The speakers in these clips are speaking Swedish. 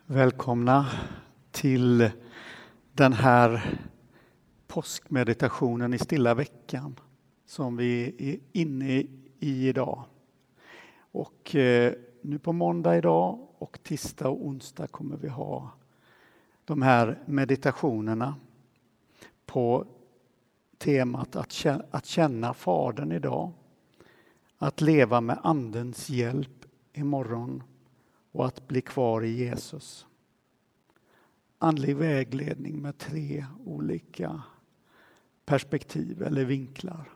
Välkomna till den här påskmeditationen i stilla veckan som vi är inne i idag. Och nu på måndag idag och tisdag och onsdag kommer vi ha de här meditationerna på temat att känna Fadern idag, att leva med Andens hjälp imorgon och att bli kvar i Jesus. Andlig vägledning med 3 olika perspektiv eller vinklar.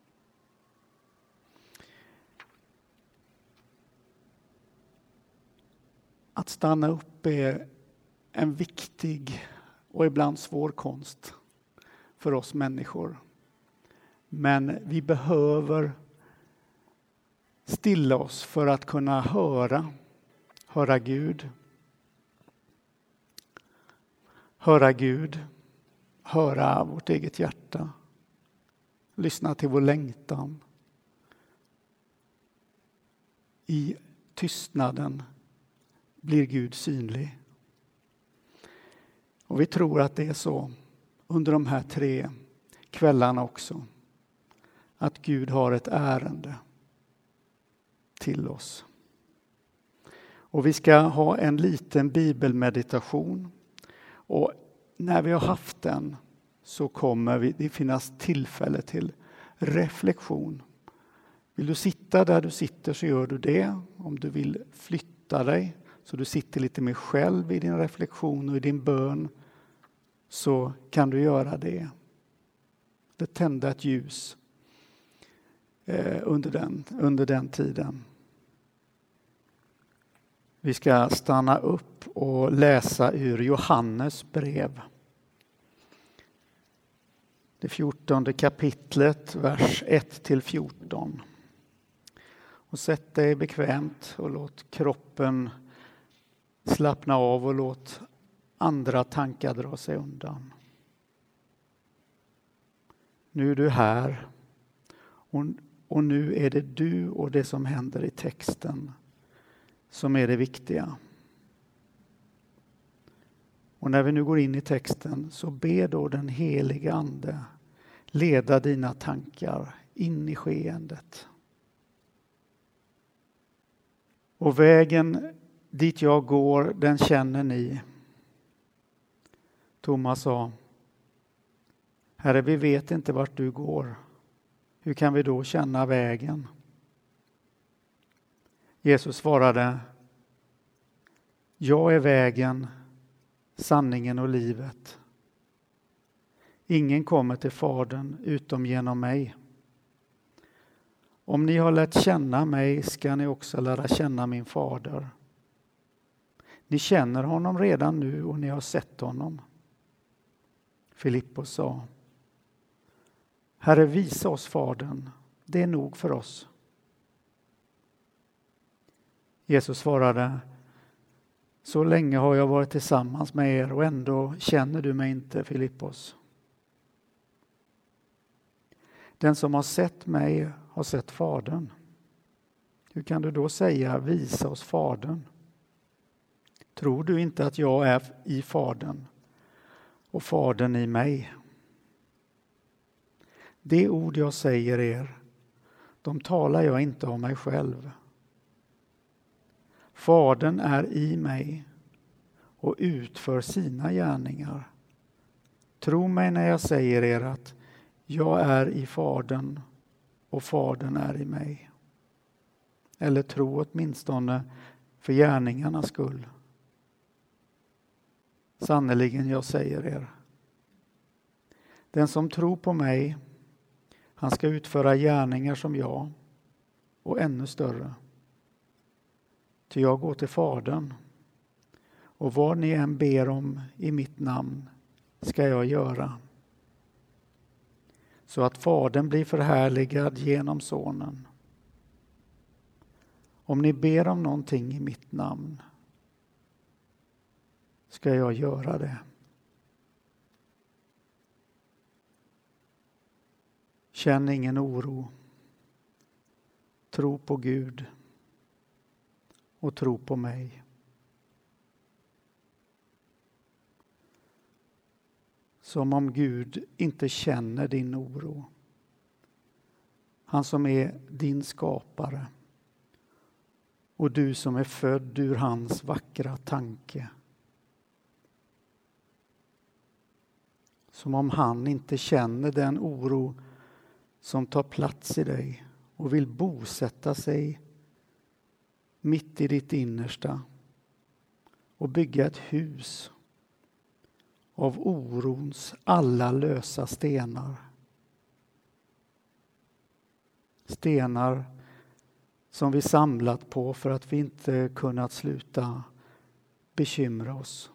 Att stanna upp är en viktig och ibland svår konst för oss människor. Men vi behöver stilla oss för att kunna höra Gud. Höra vårt eget hjärta. Lyssna till vår längtan. I tystnaden blir Gud synlig. Och vi tror att det är så under de här 3 kvällarna också. Att Gud har ett ärende till oss. Och vi ska ha en liten bibelmeditation. Och när vi har haft den så kommer det finnas tillfälle till reflektion. Vill du sitta där du sitter så gör du det. Om du vill flytta dig så du sitter lite mer själv i din reflektion och i din bön så kan du göra det. Det tända ett ljus under den tiden. Vi ska stanna upp och läsa ur Johannes brev. Det 14:e kapitlet, vers 1-14. Och sätt dig bekvämt och låt kroppen slappna av och låt andra tankar dra sig undan. Nu är du här och nu är det du och det som händer i texten som är det viktiga. Och när vi nu går in i texten så be då den heliga Ande leda dina tankar in i skeendet. Och vägen dit jag går, den känner ni. Thomas sa, Herre, vi vet inte vart du går. Hur kan vi då känna vägen? Jesus svarade, jag är vägen, sanningen och livet. Ingen kommer till Fadern utom genom mig. Om ni har lärt känna mig ska ni också lära känna min fader. Ni känner honom redan nu och ni har sett honom. Filippos sa, Herre, visa oss Fadern, det är nog för oss. Jesus svarade, så länge har jag varit tillsammans med er och ändå känner du mig inte, Filippos. Den som har sett mig har sett Fadern. Hur kan du då säga, visa oss Fadern? Tror du inte att jag är i Fadern och Fadern i mig? Det ord jag säger er, de talar jag inte om mig själv. Fadern är i mig och utför sina gärningar. Tro mig när jag säger er att jag är i Fadern och Fadern är i mig. Eller tro åtminstone för gärningarnas skull. Sannoliken jag säger er. Den som tror på mig, han ska utföra gärningar som jag och ännu större. Ty jag går till Fadern och vad ni än ber om i mitt namn ska jag göra. Så att Fadern blir förhärligad genom Sonen. Om ni ber om någonting i mitt namn ska jag göra det. Känn ingen oro. Tro på Gud och tro på mig. som om Gud inte känner din oro. Han som är din skapare och du som är född ur hans vackra tanke. Som om han inte känner den oro som tar plats i dig och vill bosätta sig mitt i ditt innersta och bygga ett hus av orons alla lösa stenar. Stenar som vi samlat på för att vi inte kunnat sluta bekymra oss.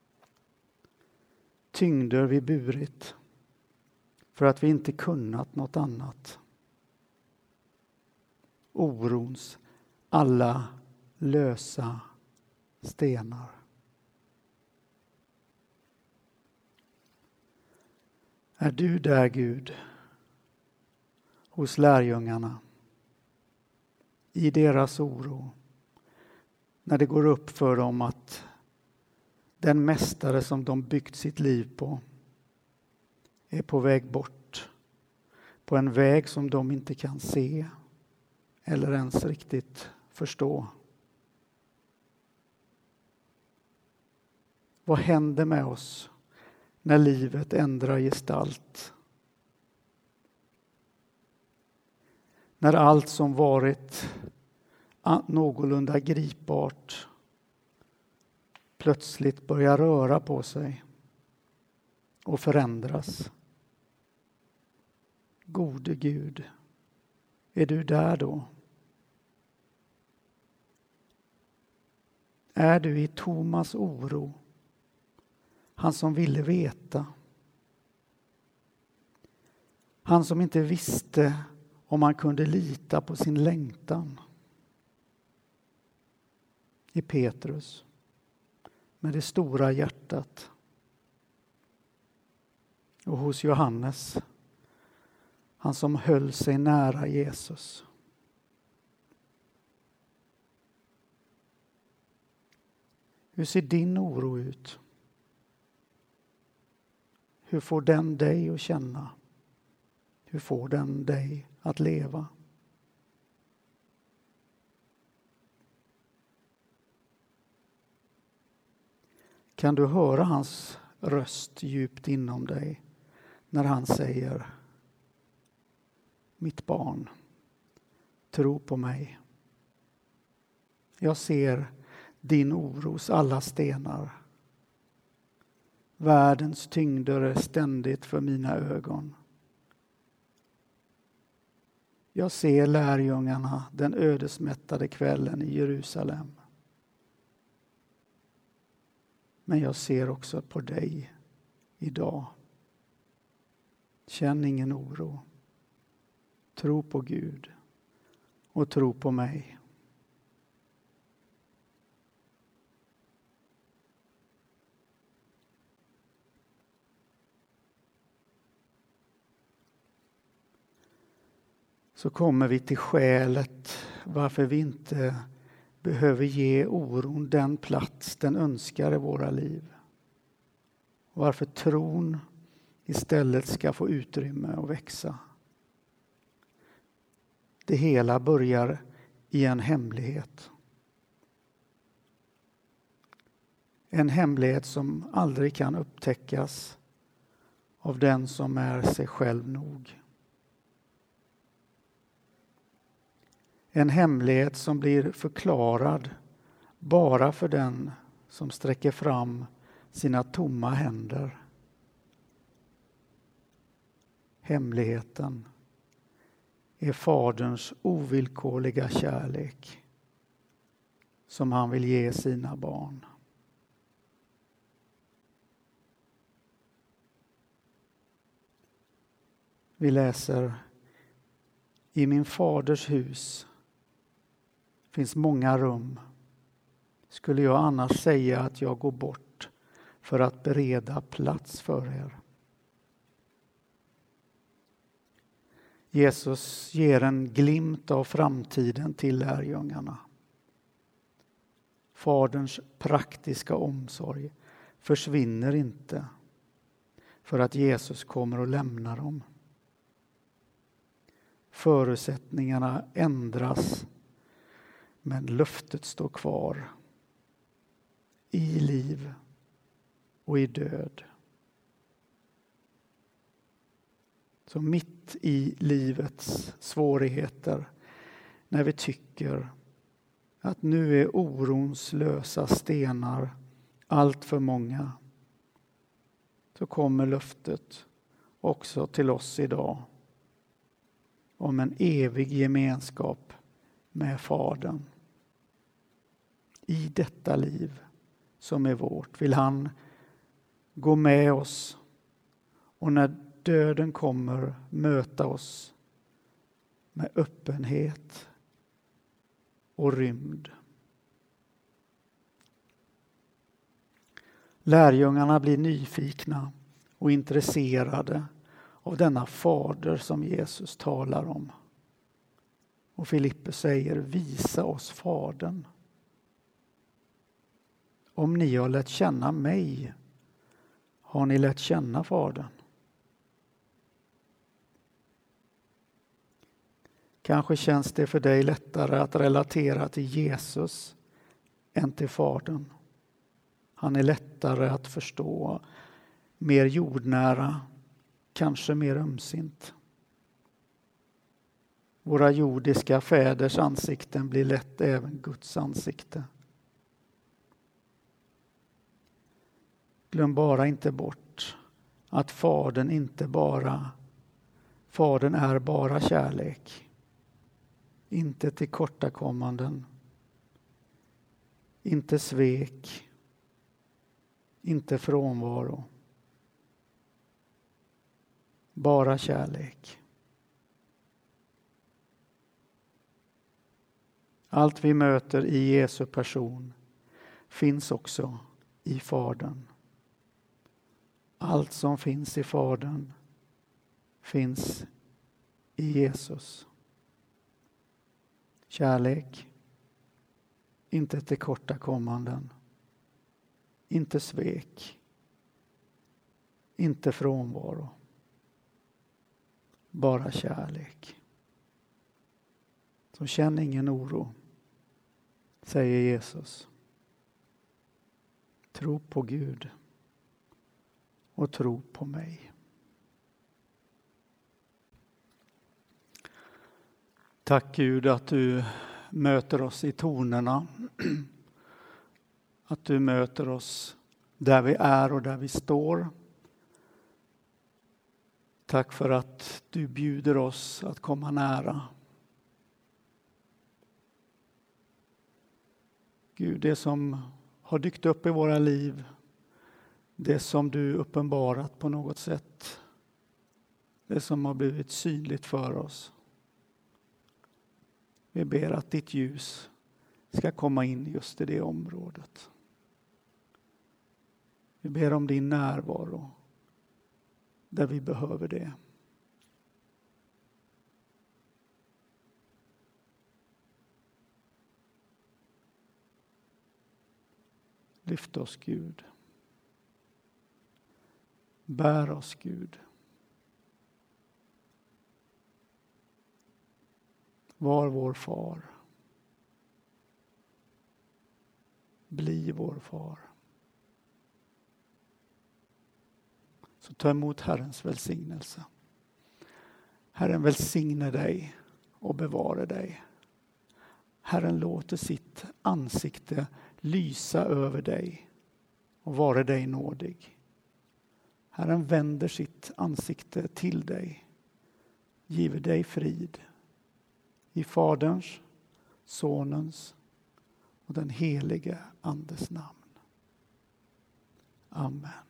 Tyngder vi burit för att vi inte kunnat något annat. Orons alla lösa stenar. Är du där, Gud, hos lärjungarna, i deras oro, när det går upp för dem att den mästare som de byggt sitt liv på är på väg bort, på en väg som de inte kan se eller ens riktigt förstå? Vad händer med oss när livet ändrar gestalt? När allt som varit någorlunda gripbart plötsligt börjar röra på sig och förändras. Gode Gud, är du där då? Är du i Tomas oro? Han som ville veta. Han som inte visste om han kunde lita på sin längtan. I Petrus, med det stora hjärtat. Och hos Johannes, han som höll sig nära Jesus. Hur ser din oro ut? Hur får den dig att känna? Hur får den dig att leva? Kan du höra hans röst djupt inom dig när han säger: mitt barn, tro på mig. Jag ser din oros alla stenar. Världens tyngder är ständigt för mina ögon. Jag ser lärjungarna den ödesmättade kvällen i Jerusalem. Men jag ser också på dig idag. Känn ingen oro. Tro på Gud och tro på mig. Så kommer vi till skälet varför vi inte behöver ge oron den plats den önskar i våra liv. Varför tron istället ska få utrymme att växa. Det hela börjar i en hemlighet. En hemlighet som aldrig kan upptäckas av den som är sig själv nog. En hemlighet som blir förklarad bara för den som sträcker fram sina tomma händer. Hemligheten är Faderns ovillkorliga kärlek som han vill ge sina barn. Vi läser: i min faders hus finns många rum. Skulle jag annars säga att jag går bort för att bereda plats för er? Jesus ger en glimt av framtiden till lärjungarna. Faderns praktiska omsorg försvinner inte. för att Jesus kommer att lämna dem. Förutsättningarna ändras, men löftet står kvar i liv och i död. Så mitt i livets svårigheter, när vi tycker att nu är orons lösa stenar allt för många, så kommer löftet också till oss idag om en evig gemenskap med Fadern. I detta liv som är vårt vill han gå med oss, och när döden kommer möta oss med öppenhet och rymd. Lärjungarna blir nyfikna och intresserade av denna fader som Jesus talar om. Och Filippus säger: visa oss Fadern. Om ni har lärt känna mig, har ni lärt känna Fadern. Kanske känns det för dig lättare att relatera till Jesus än till Fadern. Han är lättare att förstå, mer jordnära, kanske mer ömsint. Våra jordiska fäders ansikten blir lätt även Guds ansikte. Glöm bara inte bort att Fadern är bara kärlek. Inte tillkortakommanden, inte svek, inte frånvaro. Bara kärlek. Allt vi möter i Jesu person finns också i Fadern. Allt som finns i Fadern finns i Jesus. Kärlek, inte tillkortakommanden, inte svek, inte frånvaro. Bara kärlek. Så känn ingen oro, säger Jesus. Tro på Gud och tro på mig. Tack Gud att du möter oss i tonerna. Att du möter oss där vi är och där vi står. Tack för att du bjuder oss att komma nära. Gud, det som har dykt upp i våra liv, det som du uppenbarat på något sätt, det som har blivit synligt för oss. Vi ber att ditt ljus ska komma in just i det området. Vi ber om din närvaro där vi behöver det. Lyft oss Gud. Bär oss Gud. Var vår far. Bli vår far. Så ta emot Herrens välsignelse. Herren välsigne dig och bevara dig. Herren låter sitt ansikte lysa över dig och vara dig nådig. Herren vänder sitt ansikte till dig, giver dig frid. I Faderns, Sonens och den helige Andes namn. Amen.